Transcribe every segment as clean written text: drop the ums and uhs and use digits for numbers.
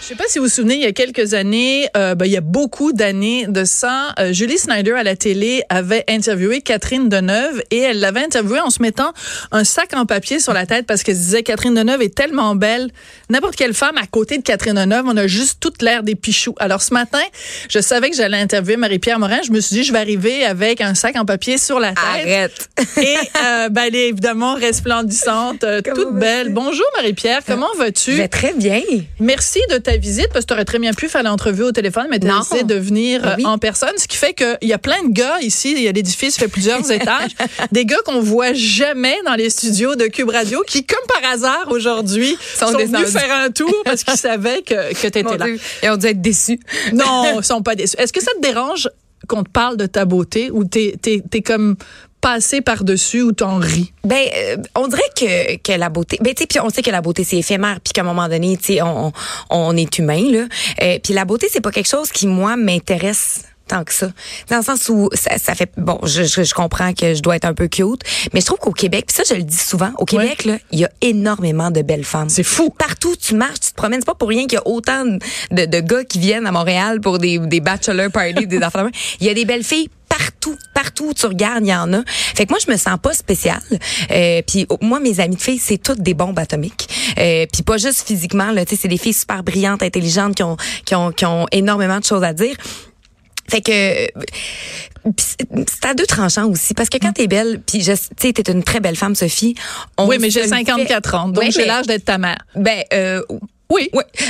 Je sais pas si vous vous souvenez, il y a quelques années, il y a beaucoup d'années de ça, Julie Snyder à la télé avait interviewé Catherine Deneuve et elle l'avait interviewée en se mettant un sac en papier sur la tête parce qu'elle se disait Catherine Deneuve est tellement belle. N'importe quelle femme à côté de Catherine Deneuve, on a juste toute l'air des pichous. Alors ce matin, je savais que j'allais interviewer Marie-Pierre Morin. Je me suis dit, je vais arriver avec un sac en papier sur la tête. Arrête! Et elle est évidemment resplendissante, toute belle. Bonjour Marie-Pierre, comment vas-tu? Je vais très bien. Merci de ta visite, parce que tu aurais très bien pu faire l'entrevue au téléphone, mais tu as décidé de venir en personne, ce qui fait qu'il y a plein de gars ici, il y a l'édifice fait plusieurs étages, des gars qu'on voit jamais dans les studios de Cube Radio, qui, comme par hasard, aujourd'hui, sont venus faire un tour parce qu'ils savaient que tu étais là. Et on dû être déçus. Non, ils sont pas déçus. Est-ce que ça te dérange qu'on te parle de ta beauté ou t'es comme passer par-dessus ou t'en ris? On dirait que la beauté, tu sais, puis on sait que la beauté c'est éphémère, puis qu'à un moment donné, tu sais, on est humain là. Puis la beauté c'est pas quelque chose qui moi m'intéresse tant que ça. Dans le sens où ça fait je comprends que je dois être un peu cute, mais je trouve qu'au Québec, puis ça je le dis souvent, au Québec là, il y a énormément de belles femmes. C'est fou. Partout où tu marches, tu te promènes, c'est pas pour rien qu'il y a autant de gars qui viennent à Montréal pour des bachelor parties, des affaires. Il y a des belles filles partout où tu regardes, il y en a. Fait que moi, je me sens pas spéciale. Puis moi, mes amies de filles, c'est toutes des bombes atomiques. Puis pas juste physiquement, là, tu sais, c'est des filles super brillantes, intelligentes, qui ont énormément de choses à dire. Fait que c'est à deux tranchants aussi, parce que quand t'es belle, puis tu sais, t'es une très belle femme, Sophie. Oui, mais j'ai 54 ans, donc j'ai l'âge d'être ta mère. Oui.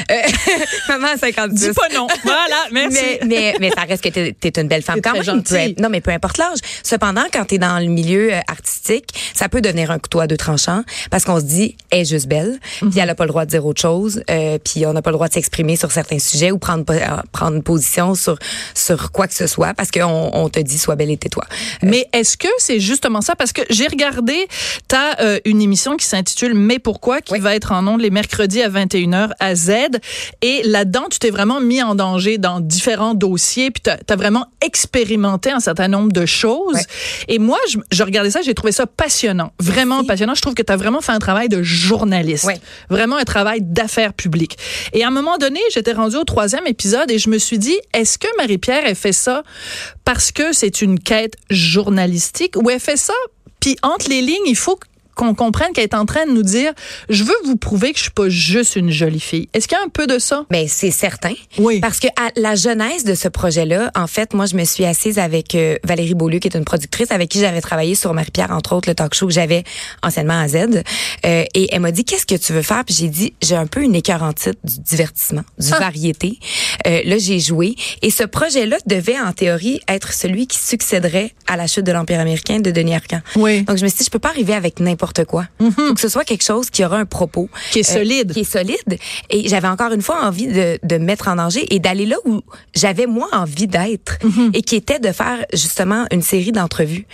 Maman a 56. Dis pas non. Voilà, merci. Mais ça reste que t'es une belle femme quand même. Non, mais peu importe l'âge. Cependant, quand t'es dans le milieu artistique, ça peut devenir un couteau à deux tranchants parce qu'on se dit, elle est juste belle, puis elle a pas le droit de dire autre chose, puis on n'a pas le droit de s'exprimer sur certains sujets ou prendre position sur quoi que ce soit parce qu'on te dit, sois belle et tais-toi. Mais est-ce que c'est justement ça? Parce que j'ai regardé, t'as une émission qui s'intitule Mais pourquoi, qui va être en ondes les mercredis à 21h à Z. Et là-dedans, tu t'es vraiment mis en danger dans différents dossiers, puis t'as vraiment expérimenté un certain nombre de choses. Ouais. Et moi, je regardais ça, j'ai trouvé ça passionnant. Vraiment passionnant. Je trouve que t'as vraiment fait un travail de journaliste. Ouais. Vraiment un travail d'affaires publiques. Et à un moment donné, j'étais rendue au 3e épisode et je me suis dit, est-ce que Marie-Pierre, elle fait ça parce que c'est une quête journalistique ou elle fait ça, puis entre les lignes, il faut qu'on comprenne qu'elle est en train de nous dire, je veux vous prouver que je suis pas juste une jolie fille. Est-ce qu'il y a un peu de ça? Ben, c'est certain. Oui. Parce que à la genèse de ce projet-là, en fait, moi, je me suis assise avec Valérie Beaulieu, qui est une productrice avec qui j'avais travaillé sur Marie-Pierre, entre autres, le talk show que j'avais anciennement à Z. Et elle m'a dit, qu'est-ce que tu veux faire? Puis j'ai dit, j'ai un peu une écœur en titre du divertissement, du variété. Là, j'ai joué. Et ce projet-là devait, en théorie, être celui qui succéderait à la chute de l'Empire américain de Denis Arcand. Oui. Donc, je me suis dit, je peux pas arriver avec n'importe quoi. Faut que ce soit quelque chose qui aura un propos. Qui est solide. Qui est solide. Et j'avais encore une fois envie de me mettre en danger et d'aller là où j'avais, moi, envie d'être. Et qui était de faire, justement, une série d'entrevues.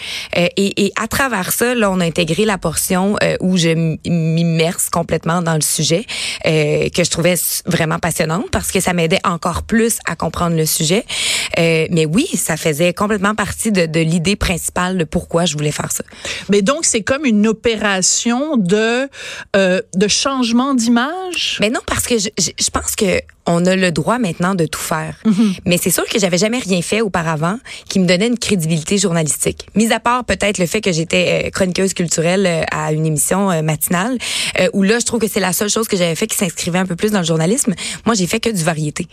Et à travers ça, là, on a intégré la portion où je m'immerse complètement dans le sujet, que je trouvais vraiment passionnante parce que ça m'aidait encore plus à comprendre le sujet. Mais oui, ça faisait complètement partie de l'idée principale de pourquoi je voulais faire ça. Mais donc, c'est comme une opération de changement d'image? Mais non, parce que je pense que on a le droit maintenant de tout faire. Mais c'est sûr que j'avais jamais rien fait auparavant qui me donnait une crédibilité journalistique. Mis à part peut-être le fait que j'étais chroniqueuse culturelle à une émission matinale, où là, je trouve que c'est la seule chose que j'avais fait qui s'inscrivait un peu plus dans le journalisme. Moi, j'ai fait que du variété.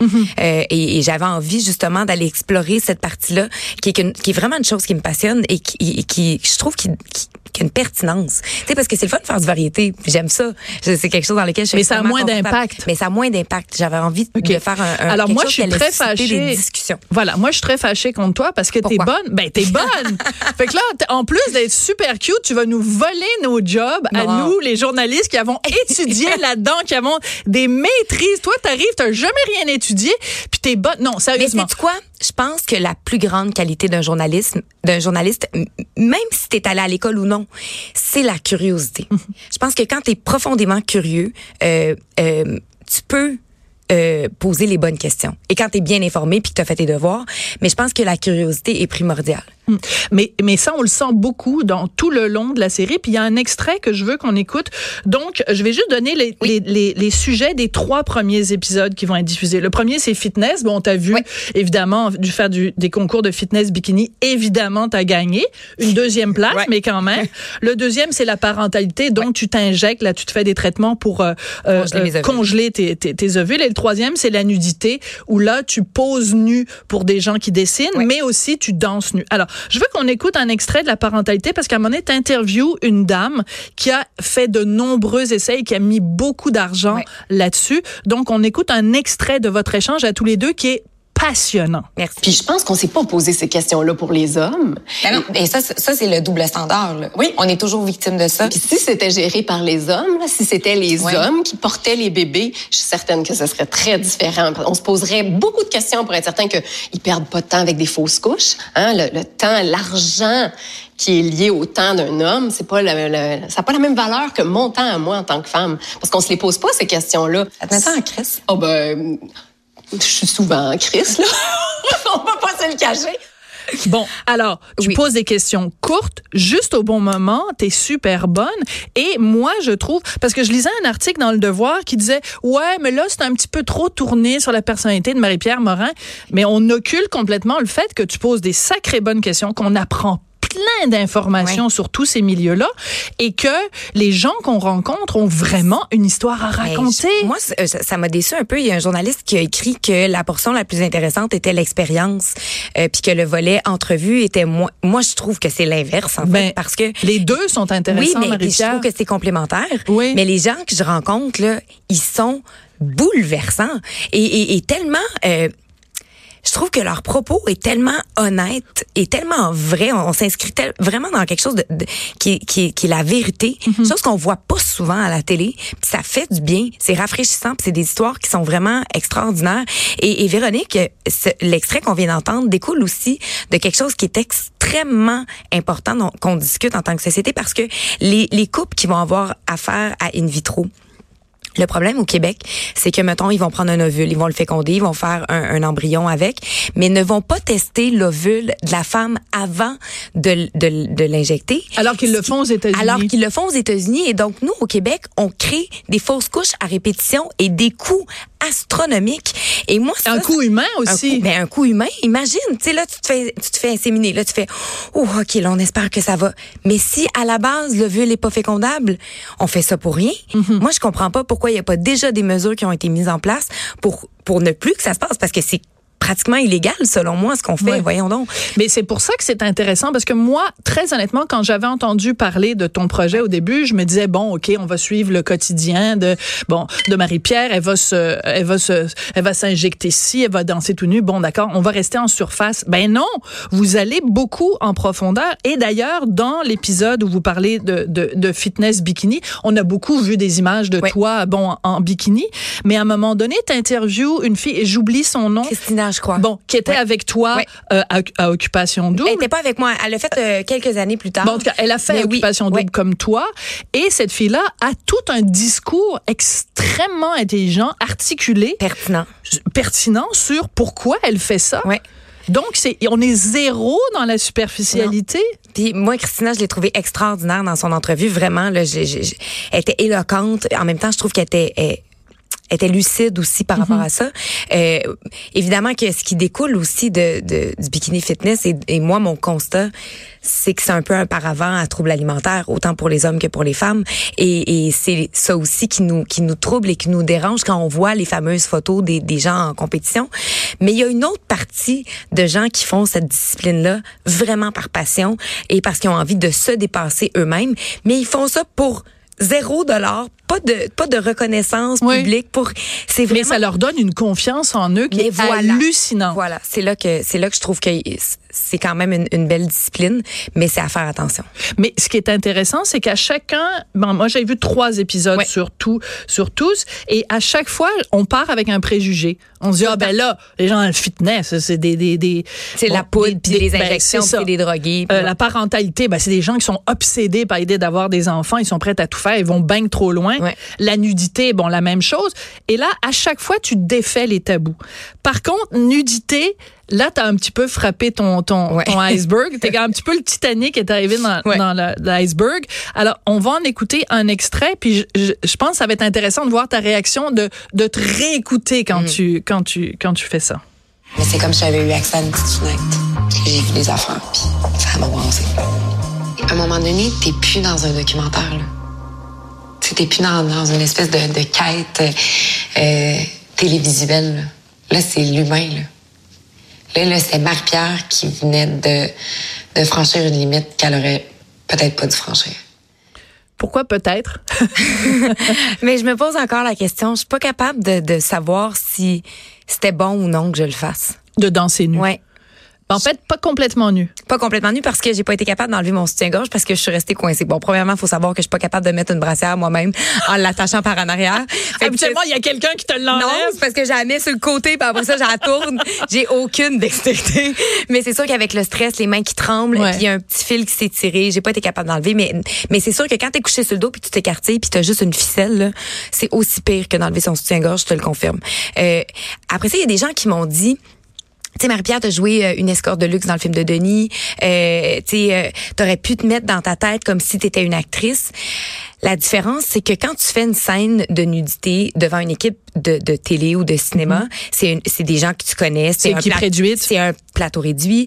Et j'avais envie justement d'aller explorer cette partie-là, qui est vraiment une chose qui me passionne et qui je trouve qui a une pertinence. Tu sais, parce que c'est le fun de faire du variété. J'aime ça. C'est quelque chose dans lequel je suis. Mais ça a moins d'impact. Mais ça a moins d'impact. J'avais envie de faire Alors quelque moi, chose je suis très fâchée. Des discussions. Voilà, moi, je suis très fâchée contre toi parce que Pourquoi? t'es bonne. Ben, t'es bonne. Fait que là, en plus d'être super cute, tu vas nous voler nos jobs à nous, les journalistes qui avons étudié là-dedans, qui avons des maîtrises. Toi, t'as jamais rien étudié, puis t'es bonne. Non, sérieusement. Mais sais-tu quoi? Je pense que la plus grande qualité d'un journaliste, même si t'es allé à l'école ou non, c'est la curiosité. Je pense que quand t'es profondément curieux, tu peux poser les bonnes questions. Et quand t'es bien informé puis que t'as fait tes devoirs, mais je pense que la curiosité est primordiale. Mais ça, on le sent beaucoup dans tout le long de la série. Puis il y a un extrait que je veux qu'on écoute. Donc, je vais juste donner les sujets des 3 premiers épisodes qui vont être diffusés. Le premier, c'est fitness. Bon, t'as vu, évidemment, faire des concours de fitness bikini. Évidemment, t'as gagné une 2e place, mais quand même. Le deuxième, c'est la parentalité. Donc, tu t'injectes, là, tu te fais des traitements pour congeler tes ovules. Et le troisième, c'est la nudité, où là, tu poses nu pour des gens qui dessinent, mais aussi tu danses nu. Alors, je veux qu'on écoute un extrait de la parentalité parce qu'à un moment donné, t'interviews une dame qui a fait de nombreux essais et qui a mis beaucoup d'argent là-dessus. Donc, on écoute un extrait de votre échange à tous les deux qui est passionnant. Merci. Puis je pense qu'on s'est pas posé ces questions-là pour les hommes. Ben non, et ça c'est le double standard. Là. Oui, on est toujours victime de ça. Puis si c'était géré par les hommes, là, si c'était les hommes qui portaient les bébés, je suis certaine que ce serait très différent. On se poserait beaucoup de questions pour être certain qu'ils perdent pas de temps avec des fausses couches. Hein? Le temps, l'argent qui est lié au temps d'un homme, c'est pas ça n'a pas la même valeur que mon temps à moi en tant que femme. Parce qu'on se les pose pas, ces questions-là. Ça te met ça en crise? Oh ben... Je suis souvent en crise, là. On va pas se le cacher. Bon, alors, tu poses des questions courtes, juste au bon moment, t'es super bonne. Et moi, je trouve, parce que je lisais un article dans Le Devoir qui disait, ouais, mais là, c'est un petit peu trop tourné sur la personnalité de Marie-Pierre Morin. Mais on occulte complètement le fait que tu poses des sacrées bonnes questions, qu'on apprend plein d'informations sur tous ces milieux-là et que les gens qu'on rencontre ont vraiment une histoire à raconter. Moi, ça m'a déçu un peu. Il y a un journaliste qui a écrit que la portion la plus intéressante était l'expérience, puis que le volet entrevue était moins. Moi, je trouve que c'est l'inverse, en fait, parce que les deux sont intéressants, oui, mais je trouve que c'est complémentaire. Oui. Mais les gens que je rencontre, là, ils sont bouleversants et tellement... je trouve que leur propos est tellement honnête et tellement vrai. On s'inscrit vraiment dans quelque chose qui est la vérité. Chose qu'on voit pas souvent à la télé. Puis ça fait du bien. C'est rafraîchissant. Puis c'est des histoires qui sont vraiment extraordinaires. Et Véronique, l'extrait qu'on vient d'entendre découle aussi de quelque chose qui est extrêmement important qu'on discute en tant que société parce que les couples qui vont avoir affaire à in vitro, le problème au Québec, c'est que, mettons, ils vont prendre un ovule, ils vont le féconder, ils vont faire un embryon avec, mais ne vont pas tester l'ovule de la femme avant de l'injecter. Alors qu'ils le font aux États-Unis. Alors qu'ils le font aux États-Unis. Et donc, nous, au Québec, on crée des fausses couches à répétition et des coûts astronomiques. Et moi, un coût humain aussi. Un coût humain. Imagine, tu sais, là, tu te fais inséminer. Là, tu fais, oh, OK, là, on espère que ça va. Mais si, à la base, l'ovule est pas fécondable, on fait ça pour rien. Moi, je comprends pas pourquoi il n'y a pas déjà des mesures qui ont été mises en place pour ne plus que ça se passe, parce que c'est pratiquement illégal, selon moi, ce qu'on fait. Voyons donc. Mais c'est pour ça que c'est intéressant, parce que moi, très honnêtement, quand j'avais entendu parler de ton projet au début, je me disais, bon, OK, on va suivre le quotidien de Marie-Pierre, elle va s'injecter ci, elle va danser tout nu. Bon, d'accord, on va rester en surface. Ben non, vous allez beaucoup en profondeur. Et d'ailleurs, dans l'épisode où vous parlez de fitness bikini, on a beaucoup vu des images de toi, en bikini. Mais à un moment donné, t'interviews une fille, et j'oublie son nom. Christina, je crois. Bon, qui était avec toi à Occupation Double. Elle n'était pas avec moi. Elle l'a fait quelques années plus tard. Bon, en tout cas, elle a fait Occupation Double comme toi. Et cette fille-là a tout un discours extrêmement intelligent, articulé. Pertinent sur pourquoi elle fait ça. Ouais. Donc, on est zéro dans la superficialité. Puis moi, Christina, je l'ai trouvée extraordinaire dans son entrevue. Vraiment, là, elle était éloquente. En même temps, je trouve qu'elle était lucide aussi par rapport à ça. Évidemment que ce qui découle aussi du bikini fitness, et moi, mon constat, c'est que c'est un peu un paravent à troubles alimentaires, autant pour les hommes que pour les femmes. Et c'est ça aussi qui nous trouble et qui nous dérange quand on voit les fameuses photos des gens en compétition. Mais il y a une autre partie de gens qui font cette discipline-là vraiment par passion et parce qu'ils ont envie de se dépasser eux-mêmes. Mais ils font ça pour $0, pas de reconnaissance publique c'est vraiment... Mais ça leur donne une confiance en eux qui est hallucinante. Voilà, c'est là que je trouve que c'est quand même une belle discipline, mais c'est à faire attention. Mais ce qui est intéressant, c'est qu'à chacun, moi j'ai vu 3 épisodes sur tous, et à chaque fois on part avec un préjugé. On se dit là, les gens dans le fitness, c'est c'est la poudre puis les injections puis les drogués. La parentalité, c'est des gens qui sont obsédés par l'idée d'avoir des enfants, ils sont prêts à tout faire, ils vont bang trop loin. La nudité, la même chose. Et là, à chaque fois, tu défais les tabous. Par contre, nudité, Là, t'as un petit peu frappé ton iceberg. T'es un petit peu le Titanic qui est arrivé dans l'iceberg. Alors, on va en écouter un extrait, puis je pense que ça va être intéressant de voir ta réaction, de te réécouter quand tu fais ça. Mais c'est comme si j'avais eu accès à une petite fenêtre. J'ai vu des affaires, puis ça m'a brassé. À un moment donné, t'es plus dans un documentaire, là. T'es plus dans une espèce de quête télévisuelle, là. Là, c'est l'humain, là. Là, c'est Marie-Pierre qui venait de franchir une limite qu'elle aurait peut-être pas dû franchir. Pourquoi peut-être? Mais je me pose encore la question. Je suis pas capable de savoir si c'était bon ou non que je le fasse. De danser nu. Ouais. En fait, pas complètement nu. Pas complètement nu parce que j'ai pas été capable d'enlever mon soutien-gorge parce que je suis restée coincée. Bon, premièrement, il faut savoir que je suis pas capable de mettre une brassière moi-même en l'attachant par en arrière. Habituellement, il y a quelqu'un qui te l'enlève. Non, c'est parce que j'ai la mis sur le côté, puis après ça, je la tourne. J'ai aucune dextérité. Mais c'est sûr qu'avec le stress, les mains qui tremblent, puis il y a un petit fil qui s'est tiré. J'ai pas été capable d'enlever. Mais c'est sûr que quand t'es couché sur le dos puis tu t'écartilles puis t'as juste une ficelle, là, c'est aussi pire que d'enlever son soutien-gorge, je te le confirme. Après ça, il y a des gens qui m'ont dit, tu sais, Marie-Pierre, t'as joué une escorte de luxe dans le film de Denis. T'aurais pu te mettre dans ta tête comme si t'étais une actrice. La différence, c'est que quand tu fais une scène de nudité devant une équipe de télé ou de cinéma, c'est des gens que tu connais. C'est une équipe réduite. C'est un plateau réduit.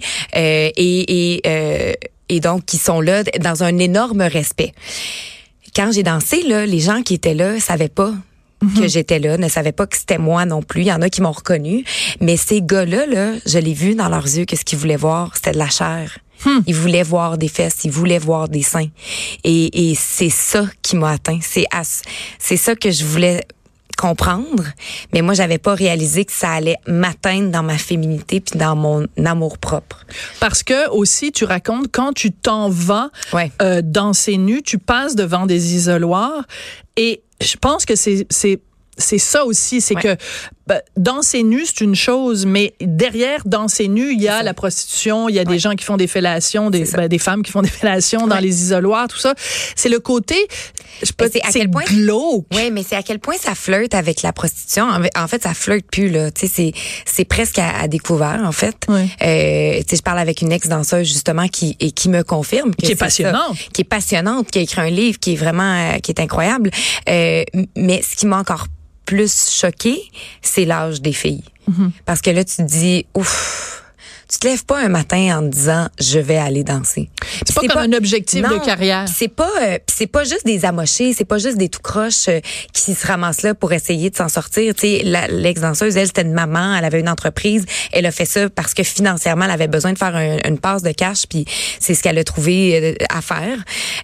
Et donc, qui sont là dans un énorme respect. Quand j'ai dansé, là, les gens qui étaient là savaient pas que j'étais là, ne savaient pas que c'était moi non plus. Il y en a qui m'ont reconnu. Mais ces gars-là, là, je l'ai vu dans leurs yeux que ce qu'ils voulaient voir, c'était de la chair. Ils voulaient voir des fesses, ils voulaient voir des seins. Et c'est ça qui m'a atteint. C'est ça que je voulais comprendre. Mais moi, j'avais pas réalisé que ça allait m'atteindre dans ma féminité puis dans mon amour propre. Parce que aussi, tu racontes, quand tu t'en vas danser nu, tu passes devant des isoloirs et je pense que c'est ça aussi, c'est que danser nu, c'est une chose, mais derrière danser nu, il y a la prostitution, il y a des gens qui font des fellations, des femmes qui font des fellations dans les isoloirs, tout ça. C'est le côté, c'est glauque. Oui, mais c'est à quel point ça flirte avec la prostitution. En fait, ça flirte plus, là. Tu sais, c'est presque à découvert, en fait. Oui. Tu sais, je parle avec une ex-danseuse, justement, qui me confirme que qui est passionnante. Qui est passionnante, qui a écrit un livre qui est vraiment, qui est incroyable. Mais ce qui m'a encore plus choquée, c'est l'âge des filles. Parce que là, tu te dis, ouf, tu te lèves pas un matin en te disant, je vais aller danser. C'est pas comme un objectif de carrière. C'est pas juste des amochés, c'est pas juste des tout croches qui se ramassent là pour essayer de s'en sortir. Tu sais, l'ex-danseuse, elle, c'était une maman, elle avait une entreprise, elle a fait ça parce que financièrement, elle avait besoin de faire une passe de cash, puis c'est ce qu'elle a trouvé à faire.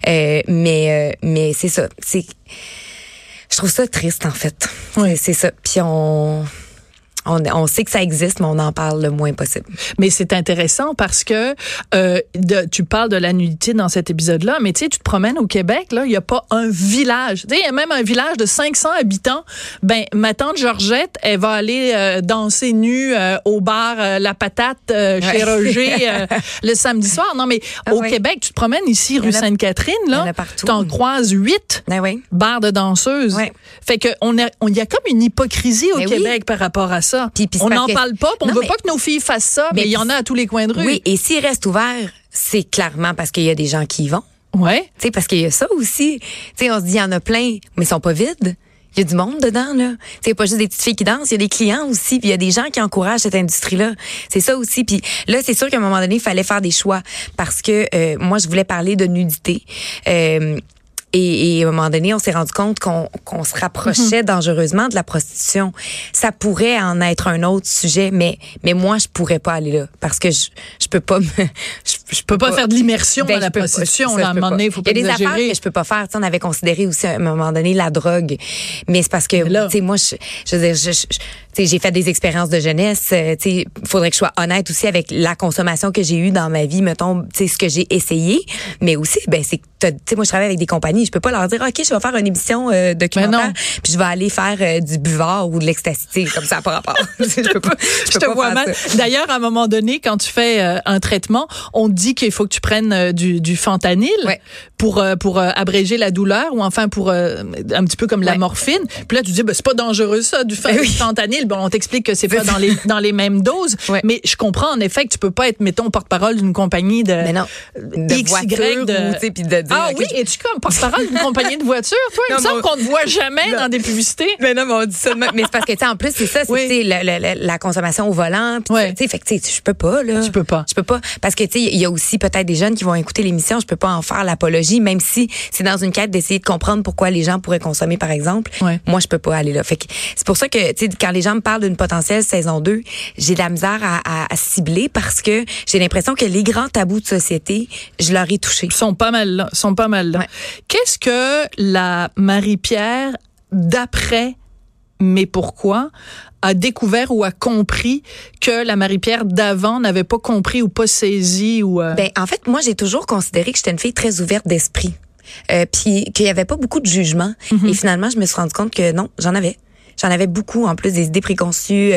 Mais c'est ça, je trouve ça triste, en fait. Oui. C'est ça. Puis on sait que ça existe, mais on en parle le moins possible. Mais c'est intéressant parce que tu parles de la nudité dans cet épisode-là, mais tu sais, tu te promènes au Québec, là, il y a pas un village. Tu sais, il y a même un village de 500 habitants. Ben, ma tante Georgette, elle va aller danser nue au bar La Patate chez Roger le samedi soir. Non, mais au Québec, tu te promènes ici, rue Sainte-Catherine, là, t'en croises 8 bars de danseuses. Ouais. Fait que il y a comme une hypocrisie au Québec par rapport à ça. Puis on n'en parle pas, on veut pas que nos filles fassent ça, mais il y en a à tous les coins de rue. Oui, et s'ils restent ouverts, c'est clairement parce qu'il y a des gens qui y vont. Ouais. Tu sais, parce qu'il y a ça aussi. Tu sais, on se dit, il y en a plein, mais ils sont pas vides. Il y a du monde dedans, là. Tu sais, pas juste des petites filles qui dansent, il y a des clients aussi, puis il y a des gens qui encouragent cette industrie-là. C'est ça aussi. Puis là, c'est sûr qu'à un moment donné, il fallait faire des choix parce que moi, je voulais parler de nudité. Et à un moment donné, on s'est rendu compte qu'on se rapprochait dangereusement de la prostitution. Ça pourrait en être un autre sujet, mais moi, je pourrais pas aller là parce que je peux pas je peux pas faire de l'immersion dans la prostitution. Là, à un moment donné, il faut pas exagérer. Il y a des affaires que je peux pas faire. T'sais, on avait considéré aussi à un moment donné la drogue, mais c'est parce que tu sais, moi, je veux dire, j'ai fait des expériences de jeunesse. Il faudrait que je sois honnête aussi avec la consommation que j'ai eue dans ma vie, mettons, ce que j'ai essayé, mais aussi, ben c'est, moi, je travaille avec des compagnies compagnie. Je peux pas leur dire, OK, je vais faire une émission documentaire, puis je vais aller faire du buvard ou de l'ecstasy, comme ça, par rapport. Je te vois mal. D'ailleurs, à un moment donné, quand tu fais un traitement, on dit qu'il faut que tu prennes du fentanyl pour abréger la douleur ou enfin pour un petit peu comme la morphine. Puis là, tu dis, c'est pas dangereux ça, du fentanyl. Bon, on t'explique que c'est pas dans les mêmes doses. Mais je comprends en effet que tu peux pas être, mettons, porte-parole d'une compagnie de voiture puis de dire, oui, es-tu comme porte-parole d'une compagnie de voiture, toi? Il me semble qu'on te voit jamais dans des publicités. Mais non, mais on dit ça. Mais c'est parce que, tu sais, en plus, c'est ça, c'est la consommation au volant. Tu sais, fait que, tu sais, je peux pas, là. Tu peux pas. Je peux pas. Parce que, tu sais, il y a aussi peut-être des jeunes qui vont écouter l'émission. Je peux pas en faire l'apologie, même si c'est dans une quête d'essayer de comprendre pourquoi les gens pourraient consommer, par exemple. Moi, je peux pas aller là. Fait que c'est pour ça que, tu sais, quand les gens me parlent d'une potentielle saison 2, j'ai de la misère à cibler parce que j'ai l'impression que les grands tabous de société, je leur ai touché. Ils sont pas mal là. Qu'est-ce que la Marie-Pierre d'après mais pourquoi a découvert ou a compris que la Marie-Pierre d'avant n'avait pas compris ou pas saisi ou en fait, moi j'ai toujours considéré que j'étais une fille très ouverte d'esprit. Puis qu'il y avait pas beaucoup de jugement et finalement, je me suis rendu compte que non, j'en avais beaucoup en plus des idées préconçues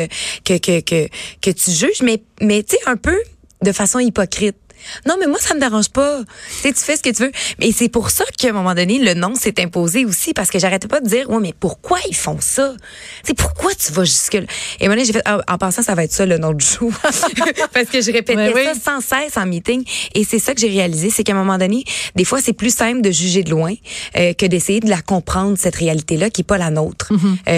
que tu juges mais tu sais un peu de façon hypocrite. Non, mais moi, ça me dérange pas. Tu sais, tu fais ce que tu veux. Mais c'est pour ça qu'à un moment donné, le non s'est imposé aussi, parce que j'arrêtais pas de dire, mais pourquoi ils font ça? Tu sais, pourquoi tu vas jusque-là? Et à un moment donné, j'ai fait, en pensant, ça va être ça le nom du jour. Parce que je répétais ça sans cesse en meeting. Et c'est ça que j'ai réalisé, c'est qu'à un moment donné, des fois, c'est plus simple de juger de loin, que d'essayer de la comprendre, cette réalité-là, qui est pas la nôtre.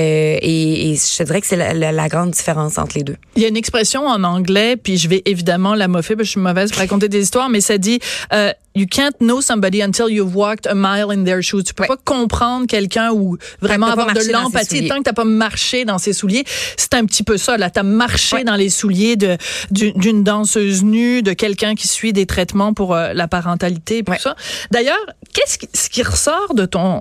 Et je te dirais que c'est la grande différence entre les deux. Il y a une expression en anglais, puis je vais évidemment la moffer, parce que je suis mauvaise pour raconter des histoires, mais ça dit you can't know somebody until you've walked a mile in their shoes. Tu peux pas comprendre quelqu'un ou vraiment avoir de l'empathie tant que t'as pas marché dans ses souliers. C'est un petit peu ça, là. T'as marché dans les souliers d'une danseuse nue, de quelqu'un qui suit des traitements pour la parentalité et tout ça. D'ailleurs, ce qui ressort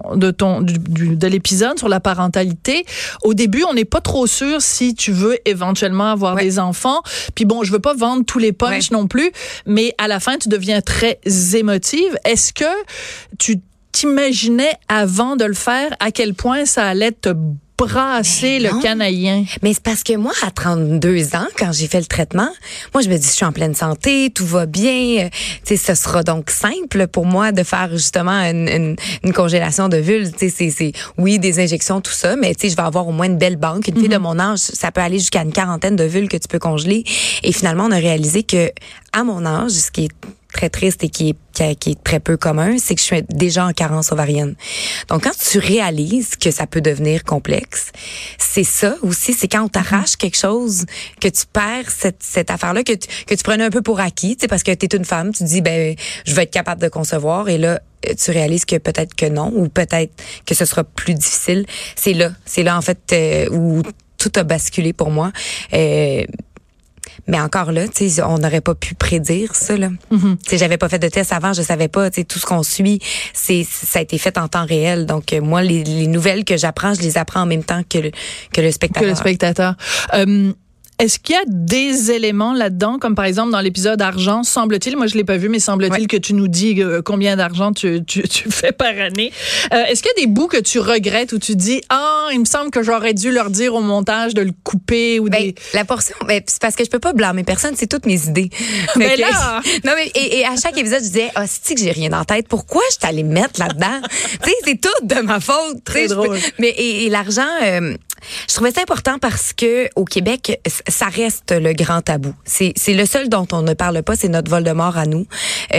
de l'épisode sur la parentalité? Au début, on n'est pas trop sûr si tu veux éventuellement avoir des enfants. Puis bon, je veux pas vendre tous les punchs non plus, mais à la fin, tu deviens très émotive. Est-ce que tu t'imaginais avant de le faire à quel point ça allait te brasser le canadien? Mais c'est parce que moi, à 32 ans, quand j'ai fait le traitement, moi, je me dis, je suis en pleine santé, tout va bien. Tu sais, ce sera donc simple pour moi de faire justement une congélation de vulve. Tu sais, c'est oui, des injections, tout ça, mais tu sais, je vais avoir au moins une belle banque. Une fille de mon âge, ça peut aller jusqu'à une 40aine de vulves que tu peux congeler. Et finalement, on a réalisé que, à mon âge, ce qui est très triste et qui est très peu commun, c'est que je suis déjà en carence ovarienne. Donc, quand tu réalises que ça peut devenir complexe, c'est ça aussi, c'est quand on t'arrache quelque chose, que tu perds cette affaire-là, que tu prenais un peu pour acquis, tu sais, parce que t'es une femme, tu te dis, je vais être capable de concevoir, et là, tu réalises que peut-être que non, ou peut-être que ce sera plus difficile. C'est là, en fait, où tout a basculé pour moi. Mais encore là, tu sais, on n'aurait pas pu prédire ça, là. Tu sais, j'avais pas fait de test avant, je savais pas, tu sais, tout ce qu'on suit, ça a été fait en temps réel. Donc, moi, les nouvelles que j'apprends, je les apprends en même temps que le spectateur. Est-ce qu'il y a des éléments là-dedans, comme par exemple dans l'épisode Argent, semble-t-il, moi je l'ai pas vu, mais semble-t-il que tu nous dis combien d'argent tu fais par année. Est-ce qu'il y a des bouts que tu regrettes ou tu dis, il me semble que j'aurais dû leur dire au montage de le couper ou la portion, c'est parce que je peux pas blâmer personne, c'est toutes mes idées. Mais là! Non, mais, et à chaque épisode, je disais, c'est que j'ai rien en tête. Pourquoi je t'allais mettre là-dedans? Tu sais, c'est tout de ma faute. Très drôle. Mais, et l'argent, je trouvais ça important parce que au Québec, ça reste le grand tabou. C'est le seul dont on ne parle pas, c'est notre Voldemort à nous.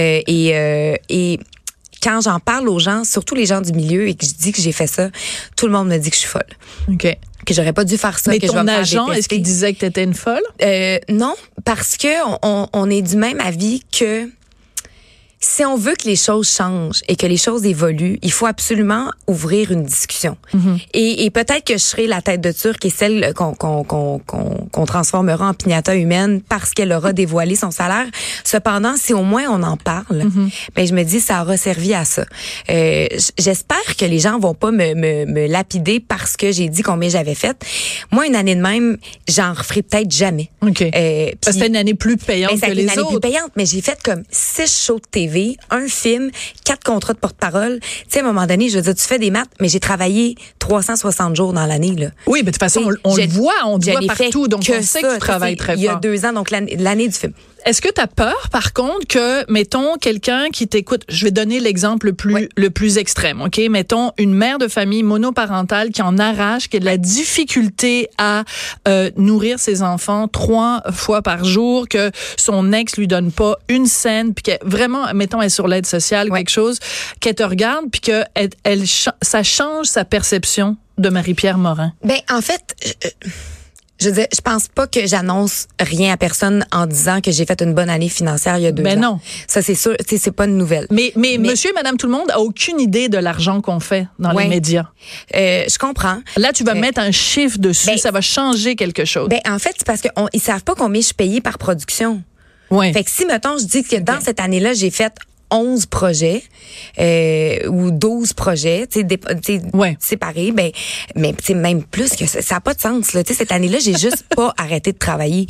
Et quand j'en parle aux gens, surtout les gens du milieu, et que je dis que j'ai fait ça, tout le monde me dit que je suis folle. OK. Que j'aurais pas dû faire ça. Mais que ton je vais me agent, est-ce qu'il disait que t'étais une folle? Non, parce que on est du même avis que si on veut que les choses changent et que les choses évoluent, il faut absolument ouvrir une discussion. Et peut-être que je serai la tête de Turc et celle qu'on transformera en piñata humaine parce qu'elle aura dévoilé son salaire. Cependant, si au moins on en parle, je me dis ça aura servi à ça. J'espère que les gens vont pas me lapider parce que j'ai dit combien j'avais fait. Moi, une année de même, j'en referai peut-être jamais. OK. Parce que c'était une année plus payante que les autres. C'était une année plus payante, mais j'ai fait comme 6 shows de TV TV, un film, 4 contrats de porte-parole. Tu sais, à un moment donné, je veux dire, tu fais des maths, mais j'ai travaillé 360 jours dans l'année, là. Oui, mais de toute façon, on le voit, on te voit partout, donc on sait que tu travailles très fort. Il y a 2 ans, donc l'année du film. Est-ce que tu as peur, par contre, que, mettons, quelqu'un qui t'écoute, je vais donner l'exemple le plus extrême, OK? Mettons, une mère de famille monoparentale qui en arrache, qui a de la difficulté à nourrir ses enfants 3 fois par jour, que son ex lui donne pas une scène, puis que vraiment, mettons, elle est sur l'aide sociale, quelque chose, qu'elle te regarde, puis que ça change sa perception de Marie-Pierre Morin. Ben, en fait... Je veux dire, je pense pas que j'annonce rien à personne en disant que j'ai fait une bonne année financière il y a 2 ans. Non. Ça, c'est sûr, c'est pas une nouvelle. Mais monsieur et madame tout le monde a aucune idée de l'argent qu'on fait dans les médias. Je comprends. Là, tu vas mettre un chiffre dessus, ça va changer quelque chose. Ben, en fait, c'est parce qu'ils savent pas combien je suis payée par production. Ouais. Fait que si, mettons, je dis que dans cette année-là, j'ai fait 11 projets ou 12 projets, tu sais, séparés, mais tu sais, même plus que ça a pas de sens, là. Tu sais, cette année-là, j'ai juste pas arrêté de travailler.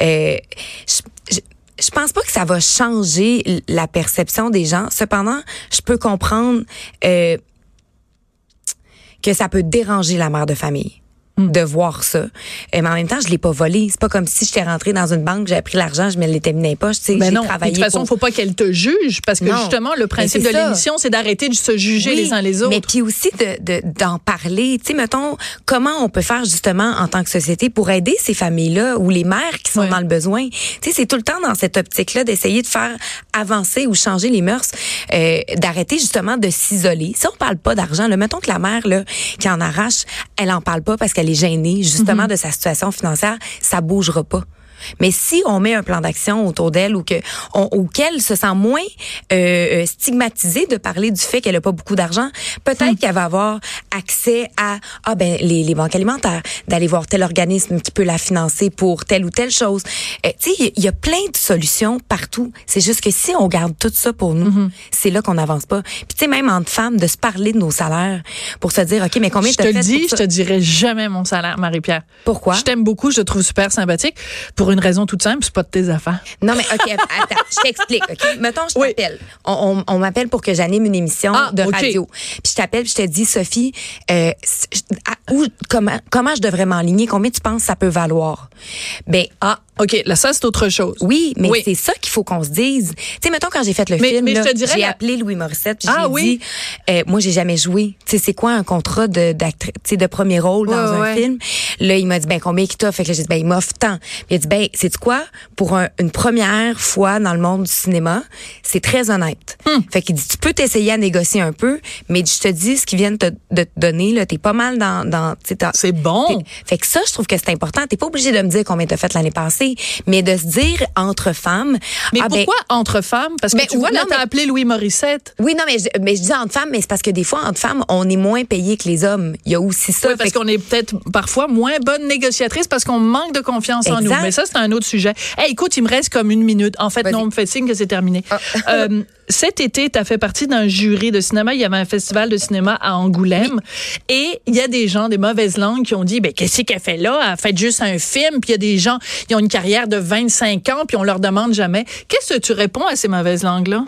Je pense pas que ça va changer la perception des gens. Cependant, je peux comprendre que ça peut déranger la mère de famille de voir ça. Mais en même temps, je l'ai pas volé. C'est pas comme si j'étais rentrée dans une banque, j'avais pris l'argent, je me l'étais mis dans les poches. Tu sais, j'ai travaillé. De toute façon, faut pas qu'elle te juge, parce que justement, le principe de l'émission, c'est d'arrêter de se juger les uns les autres. Mais puis aussi d'en parler. Tu sais, mettons, comment on peut faire justement en tant que société pour aider ces familles-là ou les mères qui sont dans le besoin. Tu sais, c'est tout le temps dans cette optique-là d'essayer de faire avancer ou changer les mœurs, d'arrêter justement de s'isoler. Si on parle pas d'argent, là, mettons que la mère là qui en arrache, elle en parle pas parce qu'elle est gênée justement de sa situation financière, ça bougera pas. Mais si on met un plan d'action autour d'elle ou qu'elle se sent moins stigmatisée de parler du fait qu'elle a pas beaucoup d'argent, peut-être qu'elle va avoir accès à les banques alimentaires, d'aller voir tel organisme qui peut la financer pour telle ou telle chose. Tu sais, il y a plein de solutions partout. C'est juste que si on garde tout ça pour nous, c'est là qu'on n'avance pas. Puis tu sais, même entre femmes, de se parler de nos salaires pour se dire, OK, mais combien t'as fait pour ça? Je te dirai jamais mon salaire, Marie-Pierre. Pourquoi? Je t'aime beaucoup, je te trouve super sympathique. Pour une raison toute simple, c'est pas de tes affaires. Non, mais OK, attends, je t'explique, OK? Mettons, je t'appelle. On m'appelle pour que j'anime une émission de radio. Puis je t'appelle, puis je te dis, Sophie, comment je devrais m'enligner? Combien tu penses que ça peut valoir? Ben, OK, là, ça, c'est autre chose. Oui, mais c'est ça qu'il faut qu'on se dise. Tu sais, mettons, quand j'ai fait le film, là, j'ai appelé Louis Morissette, puis j'ai dit, moi, j'ai jamais joué. Tu sais, c'est quoi un contrat de premier rôle dans un film? Là, il m'a dit, combien qu'il t'offre? Fait que là, j'ai dit, il m'offre tant. Puis il a dit, sais-tu quoi? Pour une première fois dans le monde du cinéma, c'est très honnête. Fait qu'il dit, tu peux t'essayer à négocier un peu, mais je te dis, ce qu'ils viennent de te donner, là, t'es pas mal dans c'est bon. Fait que ça, je trouve que c'est important. T'es pas obligé de me dire combien t'as fait l'année passée, mais de se dire entre femmes. Mais pourquoi entre femmes? Parce que tu vois, là, t'as appelé Louis Morissette. Oui, non, mais je dis entre femmes, mais c'est parce que des fois, entre femmes, on est moins payé que les hommes. Il y a aussi ça. Oui, parce qu'on est peut-être parfois moins bonne négociatrice parce qu'on manque de confiance en nous. Mais ça, c'est un autre sujet. Hey, écoute, il me reste comme 1 minute. En fait, non, on me fait signe que c'est terminé. Cet été, tu as fait partie d'un jury de cinéma. Il y avait un festival de cinéma à Angoulême. Oui. Et il y a des gens, des mauvaises langues, qui ont dit, qu'est-ce qu'elle fait là? Elle fait juste un film. Puis il y a des gens, qui ont une carrière de 25 ans, puis on leur demande jamais. Qu'est-ce que tu réponds à ces mauvaises langues-là?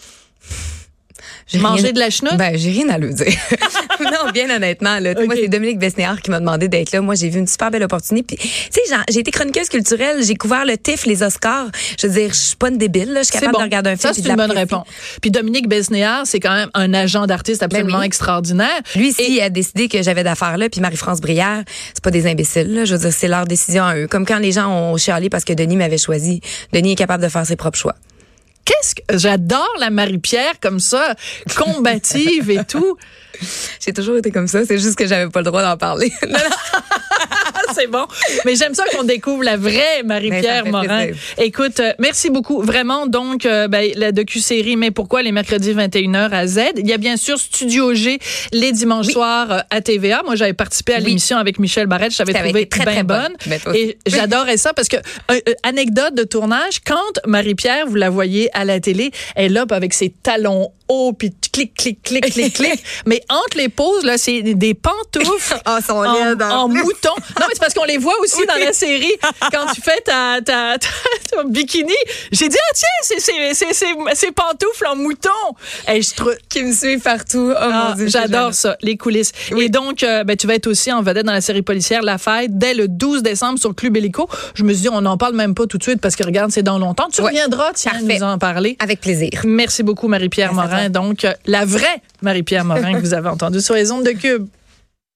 Manger de la chenoute? J'ai rien à lui dire. Non, bien honnêtement, là. Okay. Moi, c'est Dominique Besnéard qui m'a demandé d'être là. Moi, j'ai vu une super belle opportunité. Puis, tu sais, j'ai été chroniqueuse culturelle, j'ai couvert le TIFF, les Oscars. Je veux dire, je suis pas une débile, là. Je suis capable de regarder un film. Ça, c'est une bonne réponse. Puis Dominique Besnéard, c'est quand même un agent d'artiste absolument extraordinaire. Lui, il a décidé que j'avais d'affaires là. Puis Marie-France Brière, c'est pas des imbéciles, là. Je veux dire, c'est leur décision à eux. Comme quand les gens ont chialé parce que Denis m'avait choisi. Denis est capable de faire ses propres choix. J'adore la Marie-Pierre comme ça, combative et tout. J'ai toujours été comme ça, c'est juste que j'avais pas le droit d'en parler. C'est bon. Mais j'aime ça qu'on découvre la vraie Marie-Pierre Morin. Écoute, merci beaucoup. Vraiment, donc, la docu-série Mais pourquoi les mercredis 21h à Z. Il y a bien sûr Studio G les dimanches soirs à TVA. Moi, j'avais participé à l'émission avec Michel Barrette. Je t'avais trouvé bien bonne. Et j'adorais ça parce que, anecdote de tournage, quand Marie-Pierre, vous la voyez à la télé, elle est là avec ses talons hauts, puis clic, clic, clic, clic, clic. Mais entre les pauses, là, c'est des pantoufles en mouton. Non, mais parce qu'on les voit aussi dans la série quand tu fais ton bikini. J'ai dit, c'est pantoufles en mouton. Hey, je trouve qui me suit partout. Oh mon Dieu, j'adore ça, les coulisses. Oui. Et donc, tu vas être aussi en vedette dans la série policière La Fête dès le 12 décembre sur Club Illico. Je me suis dit, on n'en parle même pas tout de suite parce que regarde, c'est dans longtemps. Tu reviendras, tiens, nous en parler. Avec plaisir. Merci beaucoup, Marie-Pierre Morin. Donc, la vraie Marie-Pierre Morin que vous avez entendue sur les ondes de Cube.